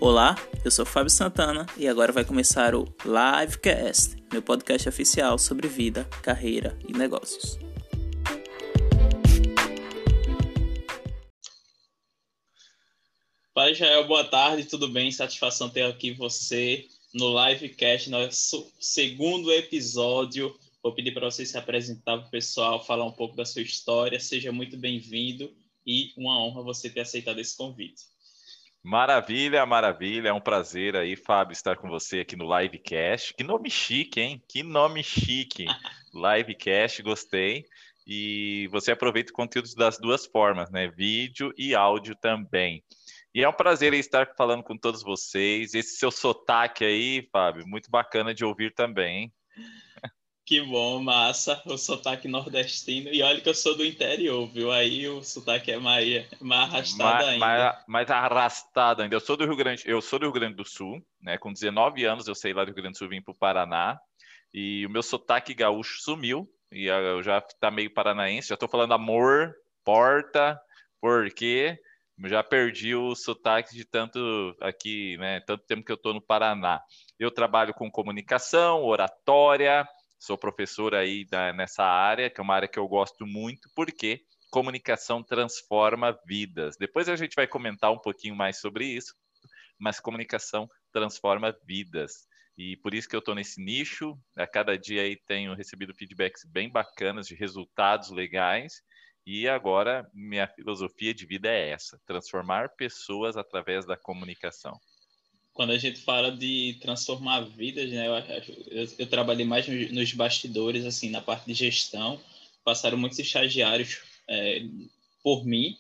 Olá, eu sou Fábio Santana e agora vai começar o Livecast, meu podcast oficial sobre vida, carreira e negócios. Pai Jael, boa tarde, tudo bem? Satisfação ter aqui você no Livecast, nosso segundo episódio. Vou pedir para você se apresentar para o pessoal, falar um pouco da sua história. Seja muito bem-vindo e uma honra você ter aceitado esse convite. Maravilha, maravilha. É um prazer aí, Fábio, estar com você aqui no Livecast. Que nome chique, hein? Que nome chique. Livecast, gostei. E você aproveita o conteúdo das duas formas, né? Vídeo e áudio também. E é um prazer estar falando com todos vocês. Esse seu sotaque aí, Fábio, muito bacana de ouvir também, hein? Que bom, massa, o sotaque nordestino. E olha que eu sou do interior, viu? Aí o sotaque é mais arrastado ainda. Mais arrastado ainda. Eu sou do Rio Grande do Sul, né? Com 19 anos eu saí lá do Rio Grande do Sul, vim para o Paraná. E o meu sotaque gaúcho sumiu. E eu já tá meio paranaense. Já estou falando amor, porta, porque eu já perdi o sotaque de tanto aqui, né? Tanto tempo que eu estou no Paraná. Eu trabalho com comunicação, oratória. Sou professor aí nessa área, que é uma área que eu gosto muito, porque comunicação transforma vidas. Depois a gente vai comentar um pouquinho mais sobre isso, mas comunicação transforma vidas. E por isso que eu estou nesse nicho. A cada dia aí tenho recebido feedbacks bem bacanas de resultados legais. E agora minha filosofia de vida é essa: transformar pessoas através da comunicação. Quando a gente fala de transformar vidas, né, eu trabalhei mais nos bastidores, assim, na parte de gestão. Passaram muitos estagiários por mim.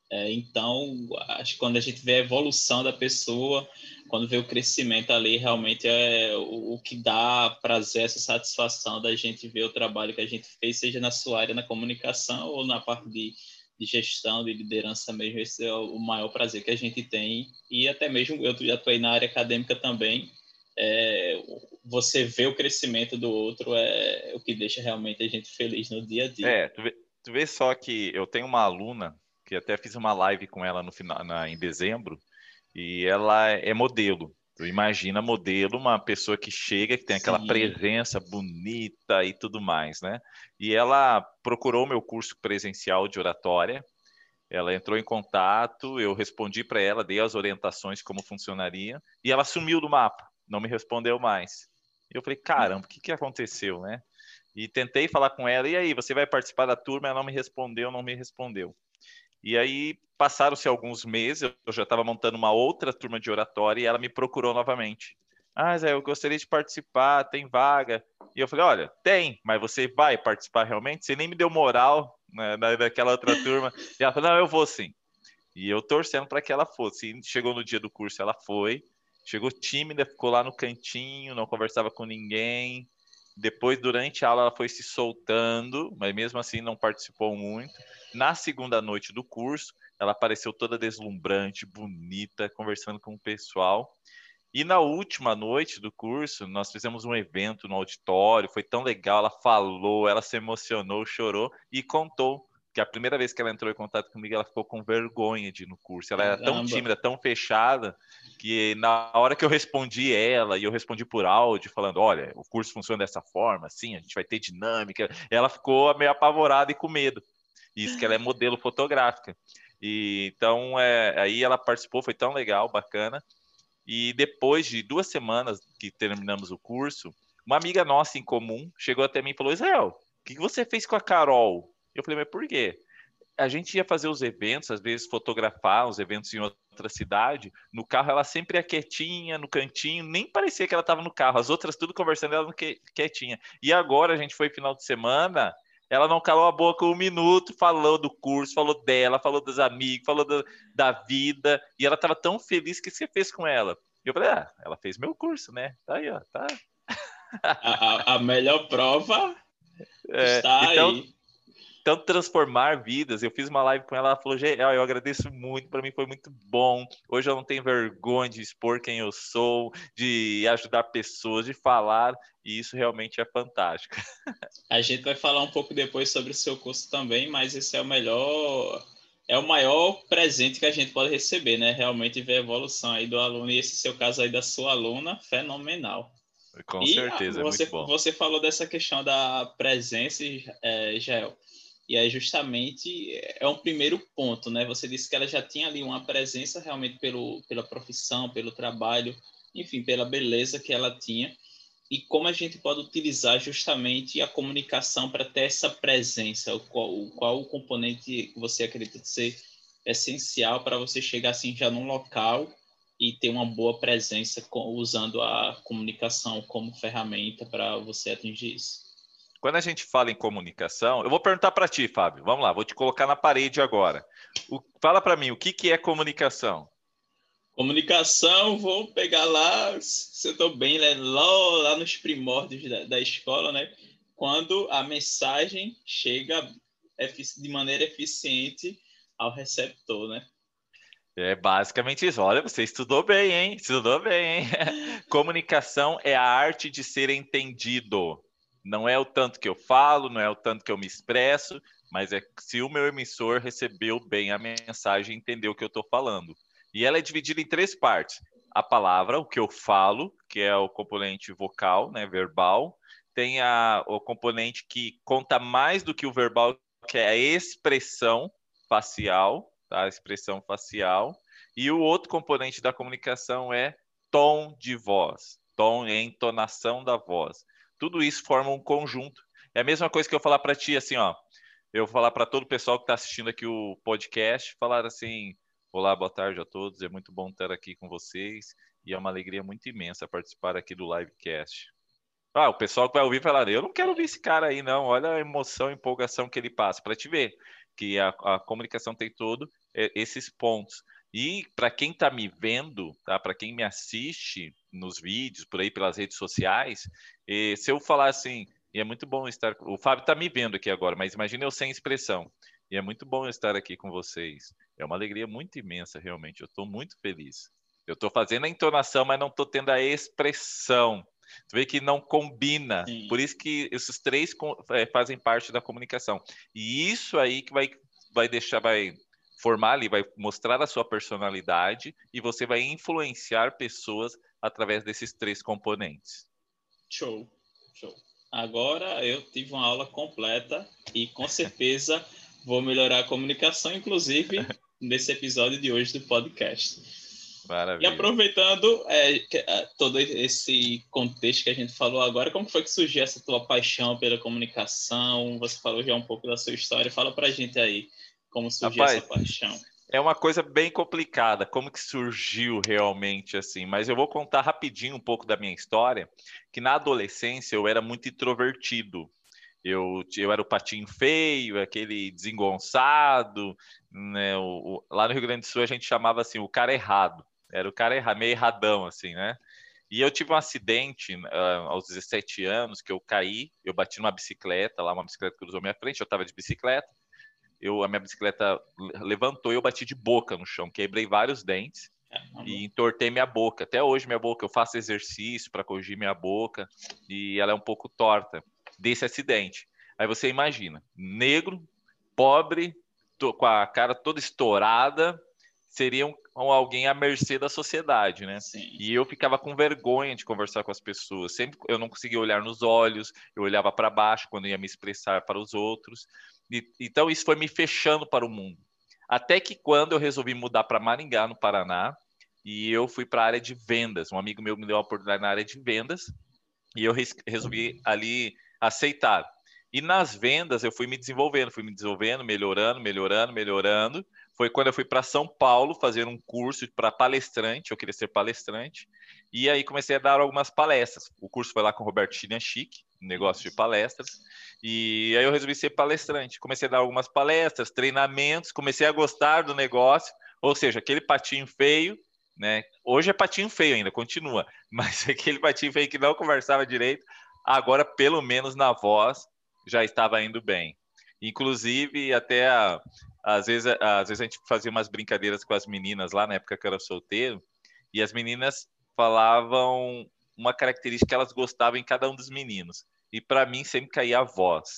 Então, acho que quando a gente vê a evolução da pessoa, quando vê o crescimento ali, realmente é o que dá prazer, essa satisfação da gente ver o trabalho que a gente fez, seja na sua área, na comunicação ou na parte de gestão, de liderança mesmo. Esse é o maior prazer que a gente tem. E até mesmo, eu já atuei na área acadêmica também, você vê o crescimento do outro é o que deixa realmente a gente feliz no dia a dia. Tu vê só que eu tenho uma aluna que até fiz uma live com ela no final, em dezembro, e ela é modelo. Tu imagina modelo, uma pessoa que chega, que tem aquela Sim. presença bonita e tudo mais, né? E ela procurou meu curso presencial de oratória. Ela entrou em contato, eu respondi para ela, dei as orientações como funcionaria, e ela sumiu do mapa, não me respondeu mais. E eu falei, caramba, o que aconteceu, né? E tentei falar com ela, e aí, você vai participar da turma? Ela não me respondeu. E aí, passaram-se alguns meses, eu já estava montando uma outra turma de oratória, e ela me procurou novamente. Ah, Zé, eu gostaria de participar, tem vaga. E eu falei, olha, tem, mas você vai participar realmente? Você nem me deu moral, né, daquela outra turma. E ela falou, não, eu vou sim. E eu torcendo para que ela fosse. E chegou no dia do curso, ela foi. Chegou tímida, ficou lá no cantinho, não conversava com ninguém. Depois, durante a aula, ela foi se soltando, mas mesmo assim não participou muito. Na segunda noite do curso, ela apareceu toda deslumbrante, bonita, conversando com o pessoal. E na última noite do curso, nós fizemos um evento no auditório, foi tão legal, ela falou, ela se emocionou, chorou e contou que a primeira vez que ela entrou em contato comigo, ela ficou com vergonha de ir no curso. Ela era tão Caramba. tímida, tão fechada, que na hora que eu respondi ela, e eu respondi por áudio, falando, olha, o curso funciona dessa forma, assim, a gente vai ter dinâmica, ela ficou meio apavorada e com medo. Isso que ela é modelo fotográfica. E, então, aí ela participou, foi tão legal, bacana. E depois de 2 semanas que terminamos o curso, uma amiga nossa em comum chegou até mim e falou, Israel, o que você fez com a Carol? Eu falei, mas por quê? A gente ia fazer os eventos, às vezes fotografar os eventos em outra cidade, no carro ela sempre ia quietinha, no cantinho, nem parecia que ela estava no carro, as outras tudo conversando, ela quietinha. E agora a gente foi final de semana, ela não calou a boca um minuto, falou do curso, falou dela, falou dos amigos, falou da vida, e ela estava tão feliz. O que você fez com ela? E eu falei, ela fez meu curso, né? Tá aí, ó, tá. A melhor prova está Então, aí. tanto transformar vidas. Eu fiz uma live com ela, ela falou, eu agradeço muito, para mim foi muito bom. Hoje eu não tenho vergonha de expor quem eu sou, de ajudar pessoas, de falar, e isso realmente é fantástico. A gente vai falar um pouco depois sobre o seu curso também, mas esse é o melhor é o maior presente que a gente pode receber, né? Realmente ver a evolução aí do aluno, e esse seu caso aí da sua aluna, fenomenal. Com E certeza, é muito você, bom. você falou dessa questão da presença, Jael, e aí justamente é um primeiro ponto, né? Você disse que ela já tinha ali uma presença realmente pela profissão, pelo trabalho, enfim, pela beleza que ela tinha, e como a gente pode utilizar justamente a comunicação para ter essa presença, qual o componente que você acredita ser essencial para você chegar assim já num local e ter uma boa presença usando a comunicação como ferramenta para você atingir isso. Quando a gente fala em comunicação, eu vou perguntar para ti, Fábio. Vamos lá, vou te colocar na parede agora. Fala para mim, o que é comunicação? Comunicação, vou pegar lá, se eu estou bem, né, lá nos primórdios da escola, né? Quando a mensagem chega de maneira eficiente ao receptor, né? É basicamente isso. Olha, você estudou bem, hein? Estudou bem, hein? Comunicação é a arte de ser entendido. Não é o tanto que eu falo, não é o tanto que eu me expresso, mas é se o meu emissor recebeu bem a mensagem e entendeu o que eu estou falando. E ela é dividida em três partes: a palavra, o que eu falo, que é o componente vocal, né, verbal. Tem o componente que conta mais do que o verbal, que é a expressão facial, tá? A expressão facial. E o outro componente da comunicação é tom de voz. Tom é a entonação da voz. Tudo isso forma um conjunto. É a mesma coisa que eu falar para ti, assim, ó. Eu vou falar para todo o pessoal que está assistindo aqui o podcast, falar assim: olá, boa tarde a todos, é muito bom estar aqui com vocês e é uma alegria muito imensa participar aqui do livecast. Ah, o pessoal que vai ouvir falar: eu não quero ouvir esse cara aí, não. Olha a emoção, a empolgação que ele passa, para te ver que a comunicação tem todo esses pontos. E para quem está me vendo, tá? Para quem me assiste nos vídeos, por aí pelas redes sociais, se eu falar assim, e é muito bom estar. O Fábio está me vendo aqui agora, mas imagina eu sem expressão. E é muito bom estar aqui com vocês. É uma alegria muito imensa, realmente. Eu estou muito feliz. Eu estou fazendo a entonação, mas não estou tendo a expressão. Tu vê que não combina. Sim. Por isso que esses três fazem parte da comunicação. E isso aí que vai deixar, vai formar ali, vai mostrar a sua personalidade e você vai influenciar pessoas através desses três componentes. Show, show. Agora eu tive uma aula completa e com certeza vou melhorar a comunicação, inclusive nesse episódio de hoje do podcast. E Maravilha. aproveitando todo esse contexto que a gente falou agora, como foi que surgiu essa tua paixão pela comunicação? Você falou já um pouco da sua história. Fala pra gente aí como surgiu essa Rapaz, paixão. é uma coisa bem complicada, como que surgiu realmente assim, mas eu vou contar rapidinho um pouco da minha história, que na adolescência eu era muito introvertido. Eu era o patinho feio, aquele desengonçado, né? Lá no Rio Grande do Sul a gente chamava assim o cara errado. Era o cara errado, meio erradão, assim, né? E eu tive um acidente aos 17 anos que eu caí, eu bati numa bicicleta, lá uma bicicleta cruzou minha frente, eu estava de bicicleta, a minha bicicleta levantou e eu bati de boca no chão, quebrei vários dentes e entortei minha boca. Até hoje minha boca, eu faço exercício para corrigir minha boca e ela é um pouco torta desse acidente. Aí você imagina, negro, pobre, com a cara toda estourada, seria alguém à mercê da sociedade, né? Sim. E eu ficava com vergonha de conversar com as pessoas. Sempre eu não conseguia olhar nos olhos, eu olhava para baixo quando ia me expressar para os outros. Então isso foi me fechando para o mundo. Até que quando eu resolvi mudar para Maringá, no Paraná, e eu fui para a área de vendas. Um amigo meu me deu uma oportunidade na área de vendas e eu resolvi ali aceitar. E nas vendas eu fui me desenvolvendo, melhorando, melhorando, melhorando. Foi quando eu fui para São Paulo fazer um curso para palestrante, eu queria ser palestrante, e aí comecei a dar algumas palestras. O curso foi lá com o Roberto Chiniachique, um negócio de palestras, e aí eu resolvi ser palestrante. Comecei a dar algumas palestras, treinamentos, comecei a gostar do negócio, ou seja, aquele patinho feio, né? Hoje é patinho feio ainda, continua, mas aquele patinho feio que não conversava direito, agora pelo menos na voz já estava indo bem. Inclusive, até às vezes a gente fazia umas brincadeiras com as meninas lá na época que eu era solteiro, e as meninas falavam uma característica que elas gostavam em cada um dos meninos. E para mim sempre caía a voz.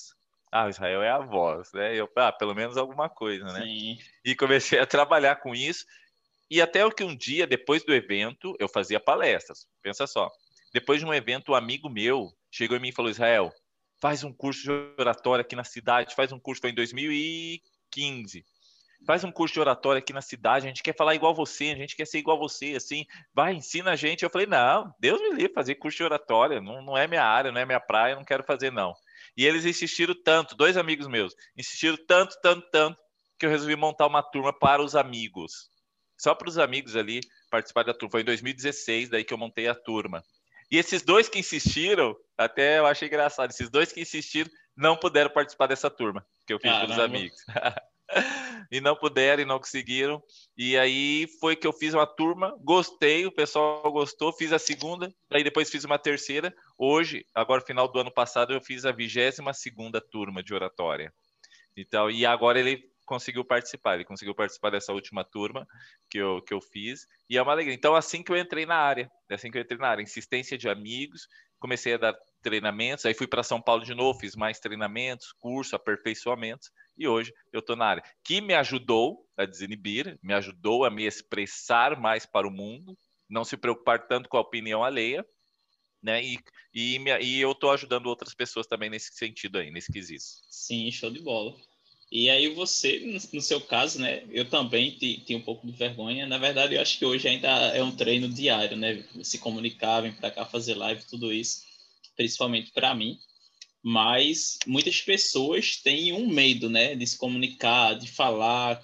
Ah, o Israel é a voz, né? Pelo menos alguma coisa, né? Sim. E comecei a trabalhar com isso. E até o que um dia, depois do evento, eu fazia palestras. Pensa só. Depois de um evento, um amigo meu chegou em mim e falou: Israel, faz um curso de oratória aqui na cidade, faz um curso, foi em 2015. Faz um curso de oratória aqui na cidade, a gente quer falar igual você, a gente quer ser igual você, assim, vai, ensina a gente. Eu falei, não, Deus me livre, fazer curso de oratória, não é minha área, não é minha praia, não quero fazer, não. E eles insistiram tanto, dois amigos meus, insistiram tanto, tanto, tanto, que eu resolvi montar uma turma para os amigos. Só para os amigos ali participar da turma. Foi em 2016, daí que eu montei a turma. E esses dois que insistiram, até eu achei engraçado, esses dois que insistiram não puderam participar dessa turma que eu fiz para os Caramba. amigos. E não puderam e não conseguiram. E aí foi que eu fiz uma turma, gostei, o pessoal gostou, fiz a segunda, aí depois fiz uma terceira. Hoje, agora final do ano passado, eu fiz a 22ª turma de oratória. Então, e agora ele conseguiu participar dessa última turma que eu fiz, e é uma alegria. Então, assim que eu entrei na área, insistência de amigos, comecei a dar treinamentos, aí fui para São Paulo de novo, fiz mais treinamentos, curso, aperfeiçoamentos, e hoje eu estou na área, que me ajudou a desinibir, me ajudou a me expressar mais para o mundo, não se preocupar tanto com a opinião alheia, né? E eu estou ajudando outras pessoas também nesse sentido aí, nesse quesito. Sim, show de bola. E aí você, no seu caso, né? Eu também tinha um pouco de vergonha. Na verdade, eu acho que hoje ainda é um treino diário, né? Se comunicar, vir para cá fazer live, tudo isso, principalmente para mim. Mas muitas pessoas têm um medo, né? De se comunicar, de falar.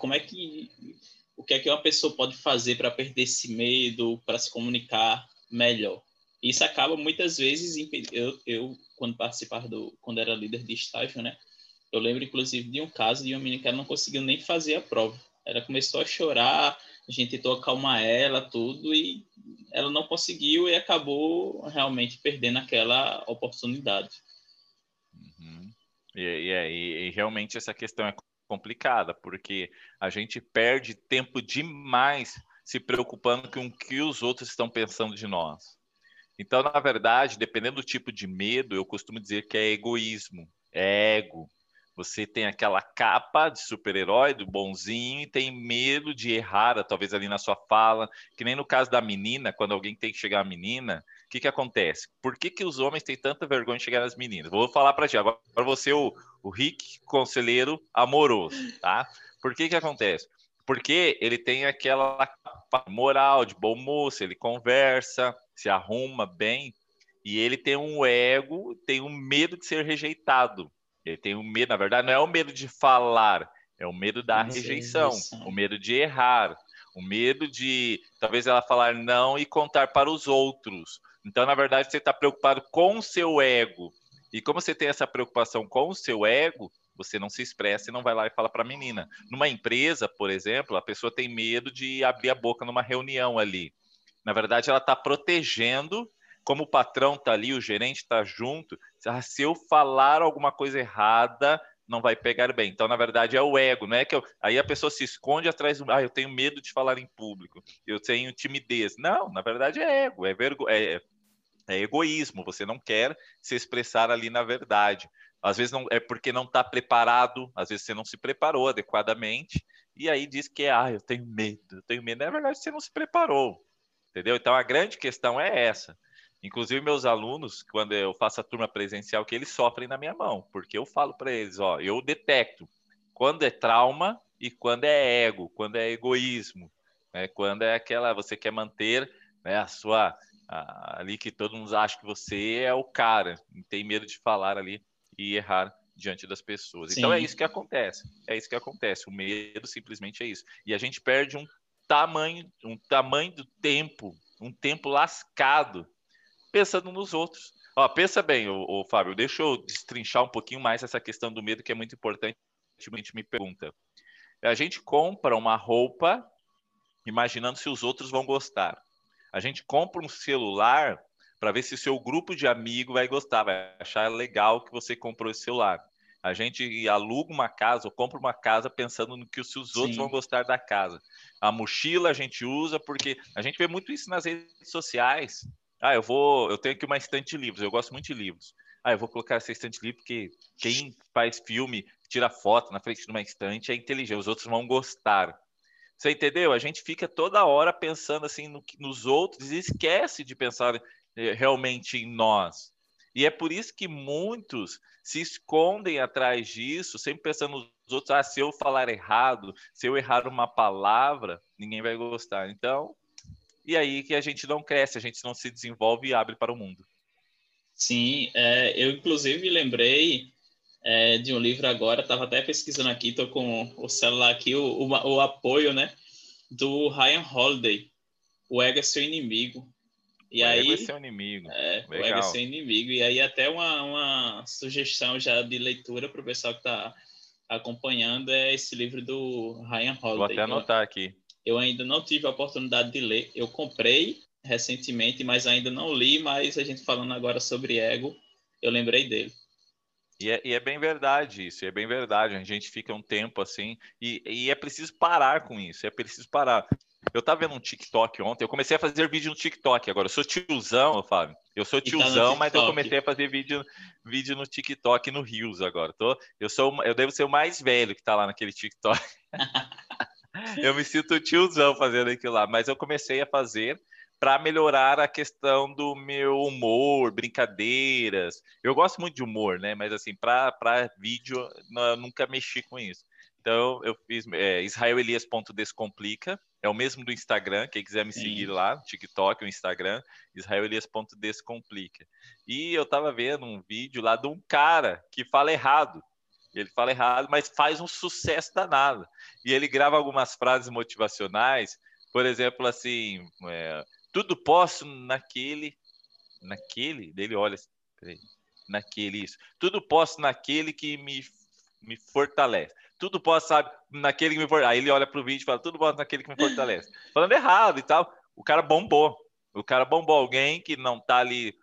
O que é que uma pessoa pode fazer para perder esse medo, para se comunicar melhor? Isso acaba muitas vezes eu quando era líder de estágio, né? Eu lembro, inclusive, de um caso de uma menina que ela não conseguiu nem fazer a prova. Ela começou a chorar, a gente tentou acalmar ela, tudo, e ela não conseguiu e acabou realmente perdendo aquela oportunidade. Uhum. E realmente essa questão é complicada, porque a gente perde tempo demais se preocupando com o que os outros estão pensando de nós. Então, na verdade, dependendo do tipo de medo, eu costumo dizer que é egoísmo, é ego. Você tem aquela capa de super-herói, do bonzinho, e tem medo de errar, talvez ali na sua fala, que nem no caso da menina, quando alguém tem que chegar à menina, o que que acontece? Por que que os homens têm tanta vergonha de chegar nas meninas? Vou falar para ti, agora você o Rick, conselheiro amoroso, tá? Por que que acontece? Porque ele tem aquela capa moral, de bom moço, ele conversa, se arruma bem, e ele tem um ego, tem um medo de ser rejeitado. Ele tem um medo, na verdade, não é o medo de falar, é o medo da Pode ser rejeição, o rejeição. medo de errar, o medo de talvez ela falar não e contar para os outros. Então, na verdade, você está preocupado com o seu ego. E como você tem essa preocupação com o seu ego, você não se expressa e não vai lá e fala para a menina. Numa empresa, por exemplo, a pessoa tem medo de abrir a boca numa reunião ali. Na verdade, ela está protegendo, como o patrão está ali, o gerente está junto. Se eu falar alguma coisa errada, não vai pegar bem. Então, na verdade, é o ego, não é que aí a pessoa se esconde atrás do. Ah, eu tenho medo de falar em público, eu tenho timidez. Não, na verdade é ego, é egoísmo. Você não quer se expressar ali na verdade. Às vezes não é porque não está preparado, às vezes você não se preparou adequadamente, e aí diz que eu tenho medo, eu tenho medo. Na verdade, você não se preparou. Entendeu? Então a grande questão é essa. Inclusive meus alunos, quando eu faço a turma presencial, que eles sofrem na minha mão, porque eu falo para eles, ó, eu detecto quando é trauma e quando é ego, quando é egoísmo, né? Quando é aquela você quer manter, né, ali que todo mundo acha que você é o cara, não tem medo de falar ali e errar diante das pessoas. Então é Sim, isso que acontece. É isso que acontece. O medo simplesmente é isso. E a gente perde um tamanho do tempo, um tempo lascado, pensando nos outros. Ó, pensa bem, Fábio, deixa eu destrinchar um pouquinho mais essa questão do medo, que é muito importante. A gente me pergunta. A gente compra uma roupa imaginando se os outros vão gostar. A gente compra um celular para ver se o seu grupo de amigo vai gostar, vai achar legal que você comprou esse celular. A gente aluga uma casa ou compra uma casa pensando no que os outros vão sim, gostar da casa. A mochila a gente usa porque a gente vê muito isso nas redes sociais. Eu tenho aqui uma estante de livros, eu gosto muito de livros. eu vou colocar essa estante livre porque quem faz filme, tira foto na frente de uma estante é inteligente, os outros vão gostar. Você entendeu? A gente fica toda hora pensando assim nos outros e esquece de pensar realmente em nós. E é por isso que muitos se escondem atrás disso, sempre pensando nos outros. Se eu falar errado, se eu errar uma palavra, ninguém vai gostar. Então, e aí que a gente não cresce, a gente não se desenvolve e abre para o mundo. Sim, eu inclusive lembrei de um livro agora, estava até pesquisando aqui, estou com o celular aqui, o apoio, né, do Ryan Holiday, O Ego é Seu Inimigo. E O ego é aí, seu inimigo. o ego é Legal. seu inimigo. E aí até uma sugestão já de leitura para o pessoal que está acompanhando é esse livro do Ryan Vou Holiday. até anotar aqui. Eu ainda não tive a oportunidade de ler. Eu comprei recentemente, mas ainda não li. Mas a gente falando agora sobre ego, eu lembrei dele. E é bem verdade isso, é bem verdade. A gente fica um tempo assim, e é preciso parar com isso, é preciso parar. Eu tava vendo um TikTok ontem, eu comecei a fazer vídeo no TikTok agora. Eu sou tiozão, Fábio. Eu sou E tá no tiozão, mas eu TikTok. comecei a fazer vídeo no TikTok e no Reels agora. Eu devo ser o mais velho que tá lá naquele TikTok. Eu me sinto tiozão fazendo aquilo lá, mas eu comecei a fazer para melhorar a questão do meu humor, brincadeiras. Eu gosto muito de humor, né? Mas assim, para vídeo, eu nunca mexi com isso. Então, eu fiz israelelias.descomplica, é o mesmo do Instagram, quem quiser me seguir Sim. lá, TikTok, o Instagram, israelelias.descomplica. E eu tava vendo um vídeo lá de um cara que fala errado. Ele fala errado, mas faz um sucesso danado. E ele grava algumas frases motivacionais, por exemplo, assim, tudo posso naquele, dele olha, peraí, naquele, isso, tudo posso naquele que me fortalece. Tudo posso, sabe, naquele que me fortalece. Aí ele olha pro vídeo e fala, tudo posso naquele que me fortalece. Falando errado e tal, o cara bombou. O cara bombou. Alguém que não tá ali,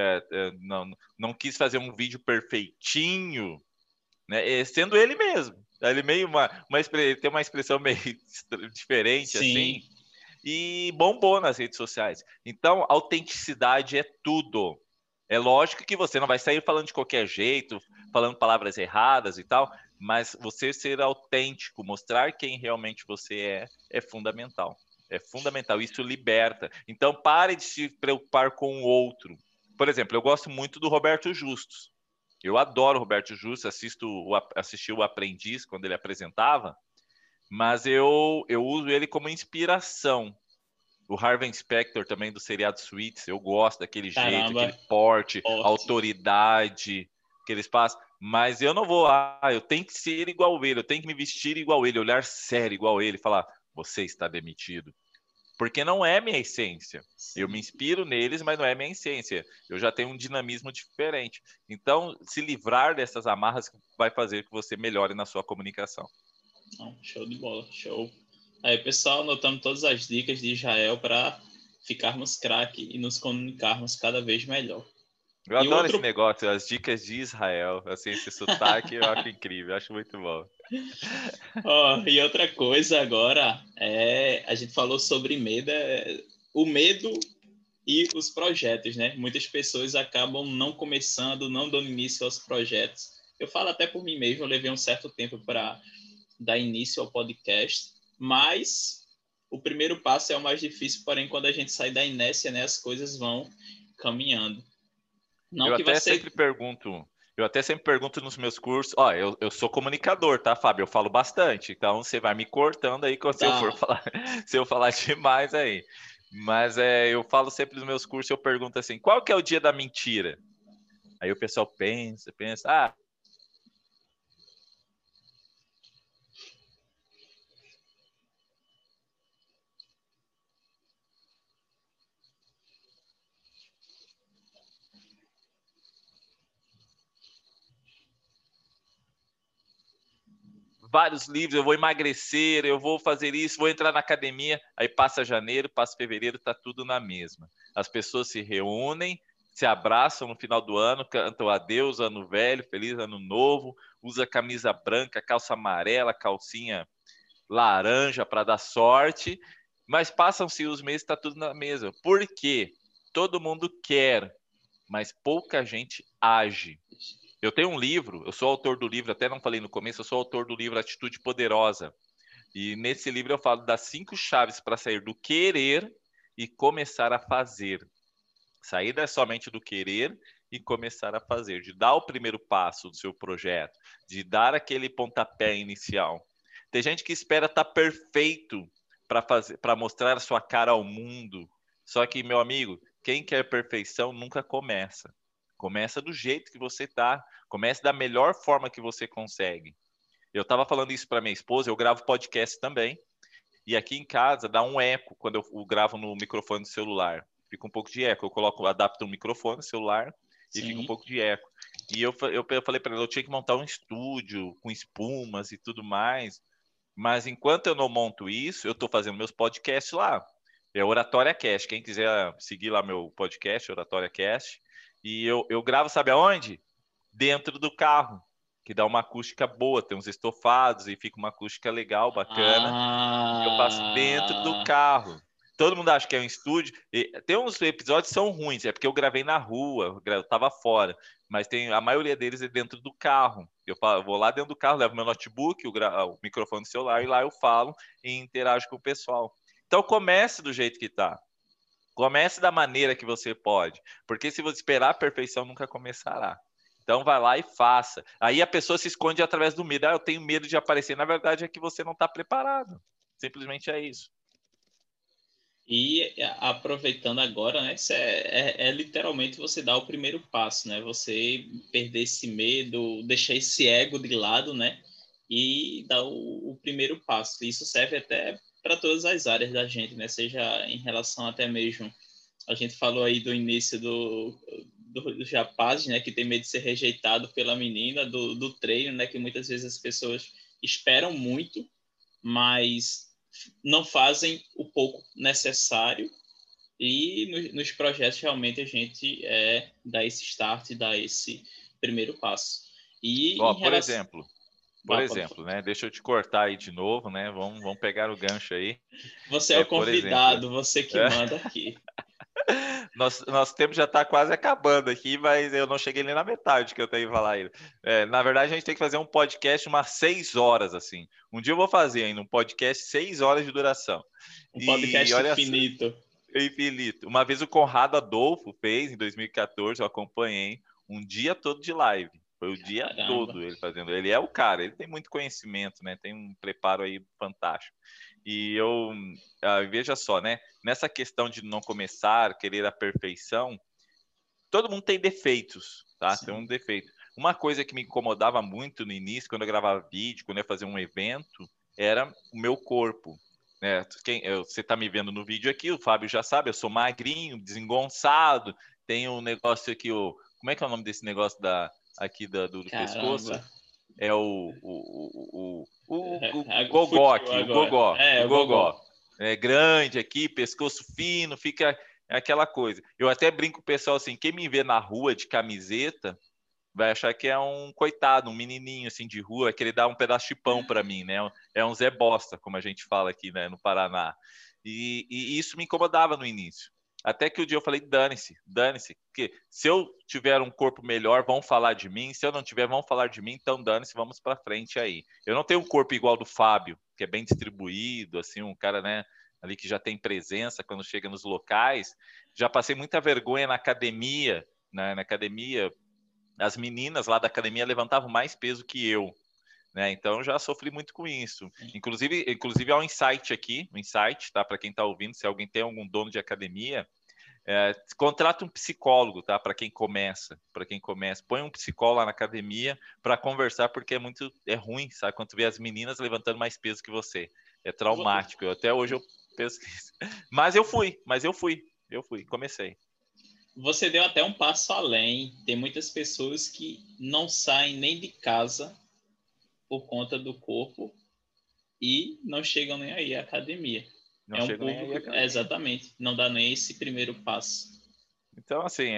não quis fazer um vídeo perfeitinho, né? Sendo ele mesmo. Ele meio ele tem uma expressão meio diferente assim, Sim. e bombou nas redes sociais. Então, autenticidade é tudo. É lógico que você não vai sair falando de qualquer jeito, falando palavras erradas e tal, mas você ser autêntico, mostrar quem realmente você é fundamental. É fundamental, isso liberta. Então, pare de se preocupar com o outro. Por exemplo, eu gosto muito do Roberto Justus. Eu adoro o Roberto Justus, assisti o Aprendiz quando ele apresentava, mas eu uso ele como inspiração. O Harvey Specter também do seriado Suits, eu gosto daquele jeito, aquele Caramba, porte, forte. autoridade que eles passam, mas eu não vou, eu tenho que ser igual ele, eu tenho que me vestir igual ele, olhar sério igual ele, falar, você está demitido. Porque não é minha essência. Eu me Sim. inspiro neles, mas não é minha essência. Eu já tenho um dinamismo diferente. Então, se livrar dessas amarras vai fazer que você melhore na sua comunicação. Não, show de bola, show. Aí, pessoal, anotando todas as dicas de Israel para ficarmos craque e nos comunicarmos cada vez melhor. Eu E o adoro esse outro, negócio, as dicas de Israel. Assim, esse sotaque eu acho incrível, eu acho muito bom. e outra coisa agora a gente falou sobre medo, o medo e os projetos, né? Muitas pessoas acabam não começando, não dando início aos projetos. Eu falo até por mim mesmo, eu levei um certo tempo para dar início ao podcast, mas o primeiro passo é o mais difícil, porém quando a gente sai da inércia, né, as coisas vão caminhando. Não Eu que vai até ser... sempre pergunto, eu até sempre pergunto nos meus cursos, eu sou comunicador, tá, Fábio? Eu falo bastante, então você vai me cortando aí se eu for Tá, falar, se eu falar demais aí. Mas eu falo sempre nos meus cursos, eu pergunto assim, qual que é o dia da mentira? Aí o pessoal pensa, vários livros, eu vou emagrecer, eu vou fazer isso, vou entrar na academia. Aí passa janeiro, passa fevereiro, tá tudo na mesma. As pessoas se reúnem, se abraçam no final do ano, cantam adeus, ano velho, feliz ano novo, usa camisa branca, calça amarela, calcinha laranja para dar sorte, mas passam-se os meses, tá tudo na mesma. Por quê? Todo mundo quer, mas pouca gente age. Eu tenho um livro, eu sou autor do livro, até não falei no começo, eu sou autor do livro Atitude Poderosa. E nesse livro eu falo das 5 chaves para sair do querer e começar a fazer. Sair somente do querer e começar a fazer, de dar o primeiro passo do seu projeto, de dar aquele pontapé inicial. Tem gente que espera estar perfeito para mostrar a sua cara ao mundo. Só que, meu amigo, quem quer perfeição nunca começa. Começa do jeito que você está. Comece da melhor forma que você consegue. Eu estava falando isso para minha esposa, eu gravo podcast também. E aqui em casa dá um eco quando eu gravo no microfone do celular. Fica um pouco de eco. Adapto o microfone celular e fica um Sim. pouco de eco. E eu falei para ela, eu tinha que montar um estúdio com espumas e tudo mais. Mas enquanto eu não monto isso, eu estou fazendo meus podcasts lá. É Oratória Cast. Quem quiser seguir lá meu podcast, Oratória Cast. E eu gravo, sabe aonde? Dentro do carro, que dá uma acústica boa. Tem uns estofados e fica uma acústica legal, bacana. Eu faço dentro do Ah, carro. Todo mundo acha que é um estúdio. E tem uns episódios que são ruins, é porque eu gravei na rua, eu estava fora. Mas a maioria deles é dentro do carro. Eu vou lá dentro do carro, levo meu notebook, o microfone do celular, e lá eu falo e interajo com o pessoal. Então comece do jeito que está. Comece da maneira que você pode. Porque se você esperar a perfeição, nunca começará. Então vai lá e faça. Aí a pessoa se esconde através do medo. Eu tenho medo de aparecer. Na verdade é que você não está preparado. Simplesmente é isso. e aproveitando agora, né? Isso é literalmente você dar o primeiro passo, né? Você perder esse medo, deixar esse ego de lado, né? E dar o primeiro passo. Isso serve até para todas as áreas da gente, né? Seja em relação até mesmo. A gente falou aí do início dos rapazes, né? Que tem medo de ser rejeitado pela menina, do treino, né? Que muitas vezes as pessoas esperam muito, mas não fazem o pouco necessário, e nos projetos realmente a gente dá esse start, dá esse primeiro passo. E Ó, em relação... por Pode exemplo, falar. né? Deixa eu te cortar aí de novo, né? Vamos pegar o gancho aí. Você é o Por exemplo, convidado, você que manda aqui. nosso tempo já está quase acabando aqui, mas eu não cheguei nem na metade que eu tenho que falar ainda. Na verdade, a gente tem que fazer um podcast umas 6 horas, assim. Um dia eu vou fazer ainda um podcast 6 horas de duração. Um E podcast olha só, infinito. infinito. Uma vez o Conrado Adolfo fez, em 2014, eu acompanhei um dia todo de live. Foi o dia Caramba. todo ele fazendo. Ele é o cara, ele tem muito conhecimento, né? Tem um preparo aí fantástico. E veja só, né? Nessa questão de não começar, querer a perfeição, todo mundo tem defeitos, tá? Tem um Sim. defeito. Uma coisa que me incomodava muito no início, quando eu gravava vídeo, quando eu ia fazer um evento, era o meu corpo. Né? Você está me vendo no vídeo aqui, o Fábio já sabe, eu sou magrinho, desengonçado, tenho um negócio aqui, como é que é o nome desse negócio do pescoço? Caramba. É o gogó Fugiu aqui, agora. o O gogó. gogó. É grande aqui, pescoço fino, fica aquela coisa. Eu até brinco com o pessoal assim, quem me vê na rua de camiseta vai achar que é um coitado, um menininho assim de rua, vai querer dar um pedaço de pão para mim, né? É um Zé Bosta, como a gente fala aqui, né, no Paraná. E isso me incomodava no início. Até que o dia eu falei, dane-se, porque se eu tiver um corpo melhor, vão falar de mim, se eu não tiver, vão falar de mim, então dane-se, vamos para frente aí. Eu não tenho um corpo igual do Fábio, que é bem distribuído, assim, um cara, né, ali que já tem presença quando chega nos locais. Já passei muita vergonha na academia, né, na academia, as meninas lá da academia levantavam mais peso que eu, né? Então já sofri muito com isso. Inclusive há um insight aqui, um insight, tá? Para quem está ouvindo, se alguém tem algum dono de academia, contrata um psicólogo, tá? Para quem começa, põe um psicólogo lá na academia para conversar, porque é ruim, sabe? Quando tu vê as meninas levantando mais peso que você, é traumático. Até hoje eu penso isso. Mas eu fui, comecei. Você deu até um passo além. Tem muitas pessoas que não saem nem de casa por conta do corpo e não chegam nem aí à academia. Não É um chego nem aí à público, academia. exatamente, não dá nem esse primeiro passo. Então, assim,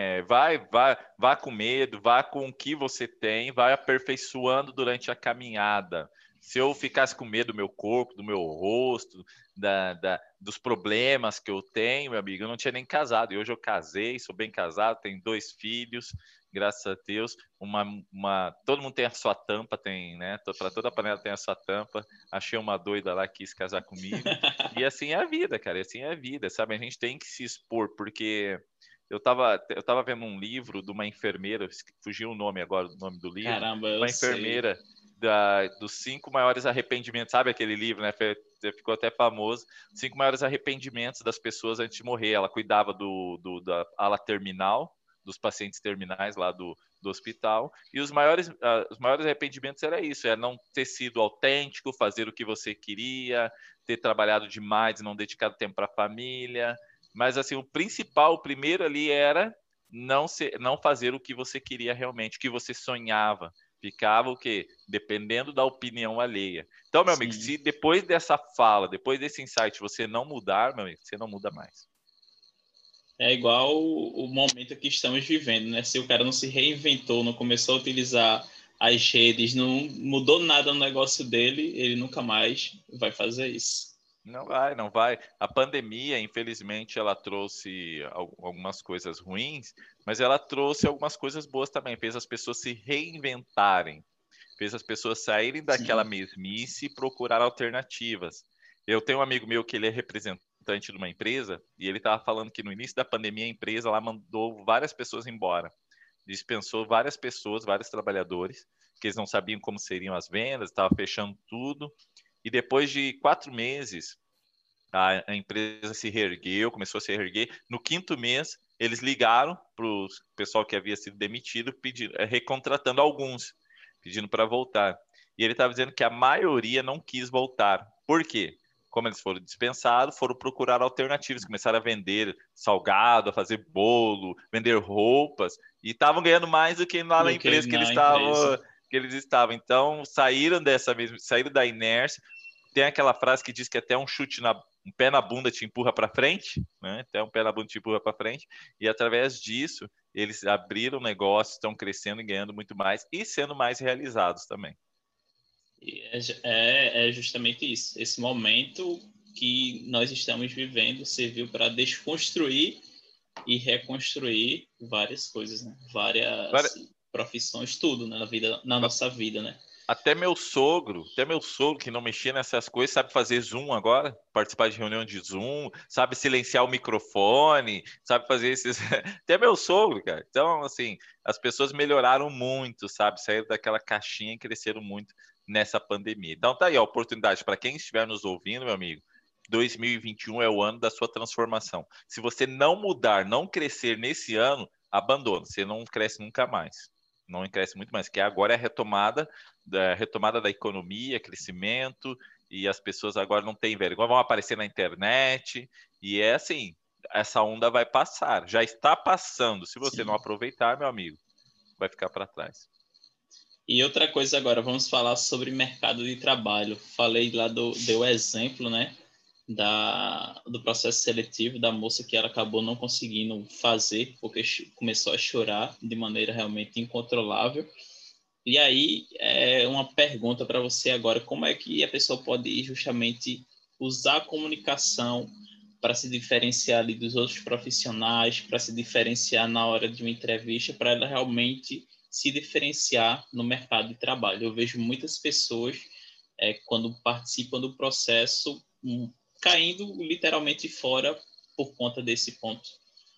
vá com medo, vá com o que você tem, vai aperfeiçoando durante a caminhada. Se eu ficasse com medo do meu corpo, do meu rosto, dos problemas que eu tenho, meu amigo, eu não tinha nem casado. E hoje eu casei, sou bem casado, tenho 2 filhos, graças a Deus. Todo mundo tem a sua tampa, tem, né? Para toda panela tem a sua tampa. Achei uma doida lá que quis casar comigo. E assim é a vida, cara. Assim é a vida, sabe? A gente tem que se expor, porque eu tava vendo um livro de uma enfermeira, fugiu o nome agora, do nome do livro, Caramba, eu uma sei. enfermeira dos 5 maiores arrependimentos, sabe aquele livro, né? Ficou até famoso. 5 maiores arrependimentos das pessoas antes de morrer. Ela cuidava da ala terminal, dos pacientes terminais lá do hospital. E os maiores arrependimentos era isso: é não ter sido autêntico, fazer o que você queria, ter trabalhado demais e não dedicado tempo para a família. Mas assim, o principal, o primeiro ali era não fazer o que você queria realmente, o que você sonhava. Ficava o quê? Dependendo da opinião alheia. Então, meu amigo, Sim. se depois dessa fala, depois desse insight, você não mudar, meu amigo, você não muda mais. É igual o momento que estamos vivendo, né? Se o cara não se reinventou, não começou a utilizar as redes, não mudou nada no negócio dele, ele nunca mais vai fazer isso. Não vai, não vai. A pandemia, infelizmente, ela trouxe algumas coisas ruins, mas ela trouxe algumas coisas boas também. Fez as pessoas se reinventarem, fez as pessoas saírem daquela Sim, mesmice e procurar alternativas. Eu tenho um amigo meu que ele é representante de uma empresa e ele estava falando que no início da pandemia a empresa lá mandou várias pessoas embora, dispensou várias pessoas, vários trabalhadores, que eles não sabiam como seriam as vendas, estava fechando tudo. E depois de 4 meses, a empresa se reergueu, começou a se reerguer. No 5º mês, eles ligaram para o pessoal que havia sido demitido, recontratando alguns, pedindo para voltar. E ele estava dizendo que a maioria não quis voltar. Por quê? Como eles foram dispensados, foram procurar alternativas, começaram a vender salgado, a fazer bolo, vender roupas, e estavam ganhando mais do que lá na do que empresa que eles na estavam. empresa. Então, saíram da inércia. Tem aquela frase que diz que até um pé na bunda te empurra para frente, né? Até um pé na bunda te empurra para frente, e através disso eles abriram negócios, estão crescendo e ganhando muito mais e sendo mais realizados também. E é justamente isso. Esse momento que nós estamos vivendo serviu para desconstruir e reconstruir várias coisas, né? Agora, Várias profissões, tudo, né? Na nossa vida, né? até meu sogro que não mexia nessas coisas, sabe fazer Zoom agora, participar de reunião de Zoom, sabe silenciar o microfone, sabe fazer esses. Até meu sogro, cara. Então, assim, as pessoas melhoraram muito, sabe? Saíram daquela caixinha e cresceram muito nessa pandemia. Então, tá aí a oportunidade para quem estiver nos ouvindo, meu amigo. 2021 é o ano da sua transformação. Se você não mudar, não crescer nesse ano, abandona. Você não cresce nunca mais. Não cresce muito mais, que agora é a retomada da economia, crescimento, e as pessoas agora não têm vergonha, vão aparecer na internet, e é assim, essa onda vai passar, já está passando. Se você não Sim. aproveitar, meu amigo, vai ficar para trás. E outra coisa agora, vamos falar sobre mercado de trabalho. Falei lá deu exemplo, né? Do processo seletivo da moça que ela acabou não conseguindo fazer porque começou a chorar de maneira realmente incontrolável. E aí, uma pergunta para você agora: como é que a pessoa pode justamente usar a comunicação para se diferenciar ali dos outros profissionais, para se diferenciar na hora de uma entrevista, para ela realmente se diferenciar no mercado de trabalho? Eu vejo muitas pessoas, quando participam do processo, caindo literalmente fora por conta desse ponto.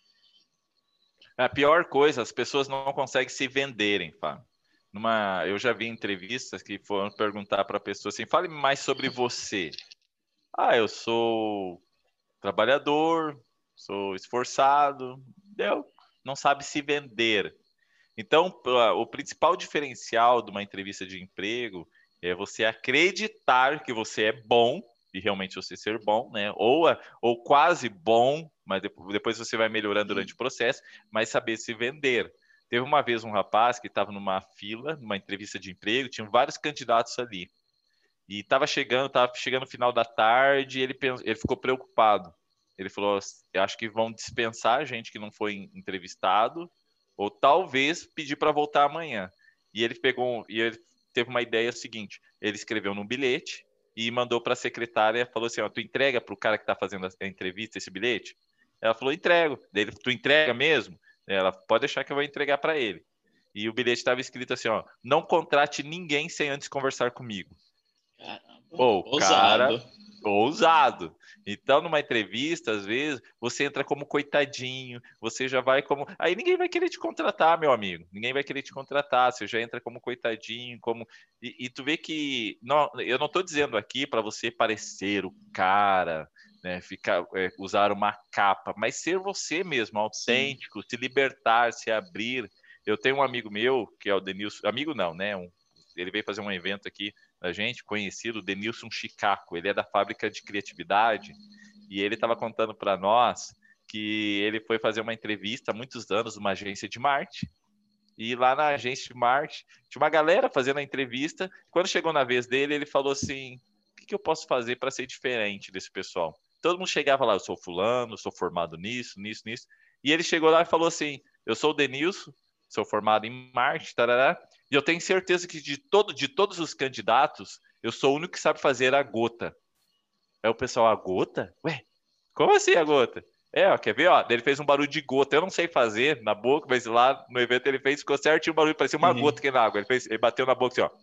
A pior coisa, as pessoas não conseguem se venderem, Fábio. Eu já vi entrevistas que foram perguntar para a pessoa assim: fale mais sobre você. Ah, eu sou trabalhador, sou esforçado, deu, não sabe se vender. Então, o principal diferencial de uma entrevista de emprego é você acreditar que você é bom, e realmente você ser bom, né? Ou quase bom, mas depois você vai melhorando durante o processo, mas saber se vender. Teve uma vez um rapaz que estava numa fila, numa entrevista de emprego, tinham vários candidatos ali. E estava chegando o final da tarde, e ele ficou preocupado. Ele falou: eu acho que vão dispensar a gente que não foi entrevistado, ou talvez pedir para voltar amanhã. E ele teve uma ideia seguinte, ele escreveu num bilhete e mandou para a secretária, falou assim, ó, tu entrega para o cara que está fazendo a entrevista esse bilhete? Ela falou, entrego. Daí, tu entrega mesmo? Ela, pode deixar que eu vou entregar para ele. E o bilhete estava escrito assim, ó, não contrate ninguém sem antes conversar comigo. Caramba, Ou cara ousado. ousado. Então, numa entrevista, às vezes, você entra como coitadinho, você já vai como. Aí ninguém vai querer te contratar, meu amigo. Ninguém vai querer te contratar. Você já entra como coitadinho, como. E tu vê que. Não, eu não estou dizendo aqui para você parecer o cara, né? Ficar, usar uma capa, mas ser você mesmo, Sim. autêntico, se libertar, se abrir. Eu tenho um amigo meu, que é o Denilson. Amigo não, né? Ele veio fazer um evento aqui da gente, conhecido, Denilson Chicaco. Ele é da Fábrica de Criatividade e ele estava contando para nós que ele foi fazer uma entrevista há muitos anos numa agência de marketing. E lá na agência de marketing tinha uma galera fazendo a entrevista. Quando chegou na vez dele, ele falou assim: o que eu posso fazer para ser diferente desse pessoal? Todo mundo chegava lá, eu sou fulano, sou formado nisso, nisso, nisso. E ele chegou lá e falou assim: eu sou o Denilson, sou formado em marketing, tarará, e eu tenho certeza que de todos os candidatos, eu sou o único que sabe fazer a gota. Aí o pessoal, a gota? Ué, como assim a gota? Ó, quer ver? Ó, ele fez um barulho de gota. Eu não sei fazer na boca, mas lá no evento ele fez, ficou certinho o barulho, parecia uma Uhum. gota aqui na água. Ele bateu na boca assim, ó.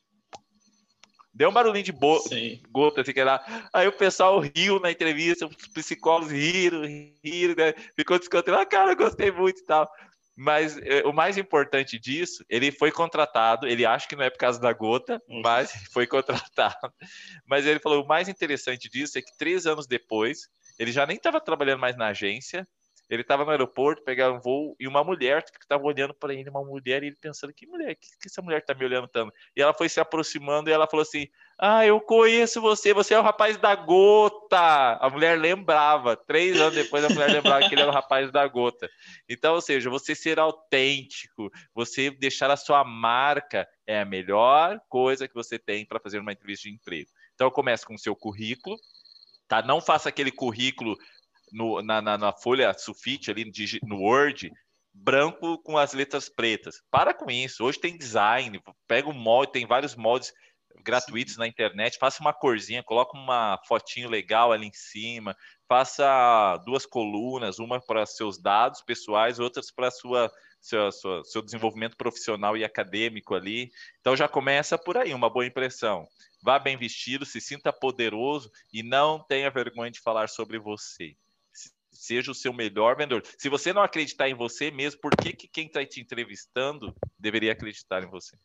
Deu um barulhinho de gota, assim, que lá. Aí o pessoal riu na entrevista, os psicólogos riram, né? Ficou descontando. Cara, eu gostei muito e tal. Mas o mais importante disso, ele foi contratado, ele acha que não é por causa da gota, mas foi contratado. Mas ele falou, o mais interessante disso é que 3 anos depois, ele já nem estava trabalhando mais na agência, ele estava no aeroporto, pegaram um voo, e uma mulher que estava olhando para ele, uma mulher, e ele pensando, que mulher, que essa mulher está me olhando tanto? E ela foi se aproximando, e ela falou assim, eu conheço você, você é o rapaz da gota. A mulher lembrava, 3 anos depois a mulher lembrava que ele era o rapaz da gota. Então, ou seja, você ser autêntico, você deixar a sua marca é a melhor coisa que você tem para fazer uma entrevista de emprego. Então, comece com o seu currículo, tá? Não faça aquele currículo na folha sulfite ali no Word, branco com as letras pretas. Para com isso. Hoje tem design, pega um molde, tem vários moldes gratuitos na internet, faça uma corzinha, coloca uma fotinho legal ali em cima, faça 2 colunas, uma para seus dados pessoais, outras para seu desenvolvimento profissional e acadêmico ali. Então já começa por aí, uma boa impressão. Vá bem vestido, se sinta poderoso e não tenha vergonha de falar sobre você. Seja o seu melhor vendedor. Se você não acreditar em você mesmo, por que quem está te entrevistando deveria acreditar em você?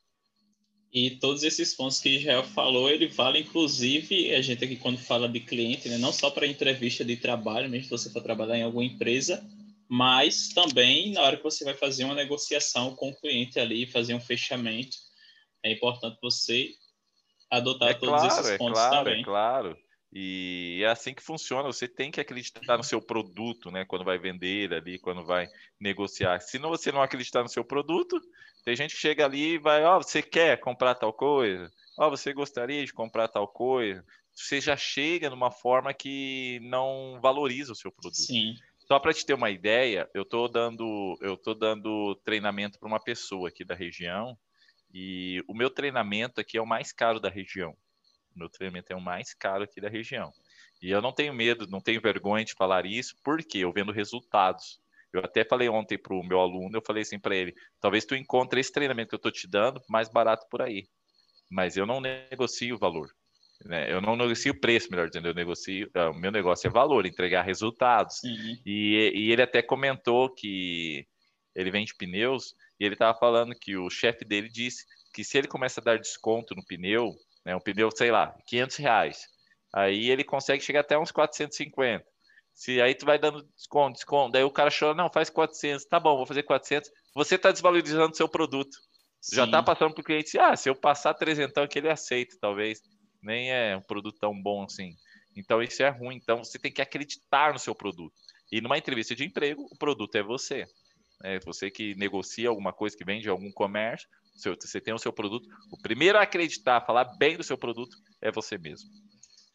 E todos esses pontos que Israel falou, ele vale, inclusive, a gente aqui quando fala de cliente, né, não só para entrevista de trabalho, mesmo se você for trabalhar em alguma empresa, mas também na hora que você vai fazer uma negociação com o cliente ali, fazer um fechamento, é importante você adotar todos esses É pontos claro, é também. claro. E é assim que funciona. Você tem que acreditar no seu produto, né? Quando vai vender ali, quando vai negociar. Se não, você não acreditar no seu produto, tem gente que chega ali e vai, você quer comprar tal coisa? Você gostaria de comprar tal coisa? Você já chega numa forma que não valoriza o seu produto. Sim. Só para te ter uma ideia, eu tô dando treinamento para uma pessoa aqui da região e o meu treinamento aqui é o mais caro da região. O meu treinamento é o mais caro aqui da região. E eu não tenho medo, não tenho vergonha de falar isso, porque eu vendo resultados. Eu até falei ontem para o meu aluno, eu falei assim para ele, talvez tu encontre esse treinamento que eu estou te dando mais barato por aí, mas eu não negocio o valor. Né? Eu não negocio o preço, melhor dizendo, o meu negócio é valor, entregar resultados. Sim. E ele até comentou que ele vende pneus e ele estava falando que o chefe dele disse que se ele começa a dar desconto no pneu, né, um pneu, sei lá, R$ 500, aí ele consegue chegar até uns 450. Se aí tu vai dando desconto, daí o cara chora, não, faz 400, tá bom, vou fazer 400. Você está desvalorizando o seu produto. Já está Sim. passando para o cliente, se eu passar trezentão aqui ele aceita, talvez. Nem é um produto tão bom assim. Então isso é ruim. Então você tem que acreditar no seu produto. E numa entrevista de emprego, o produto é você. É você que negocia alguma coisa, que vende algum comércio, você tem o seu produto. O primeiro a acreditar, a falar bem do seu produto, é você mesmo.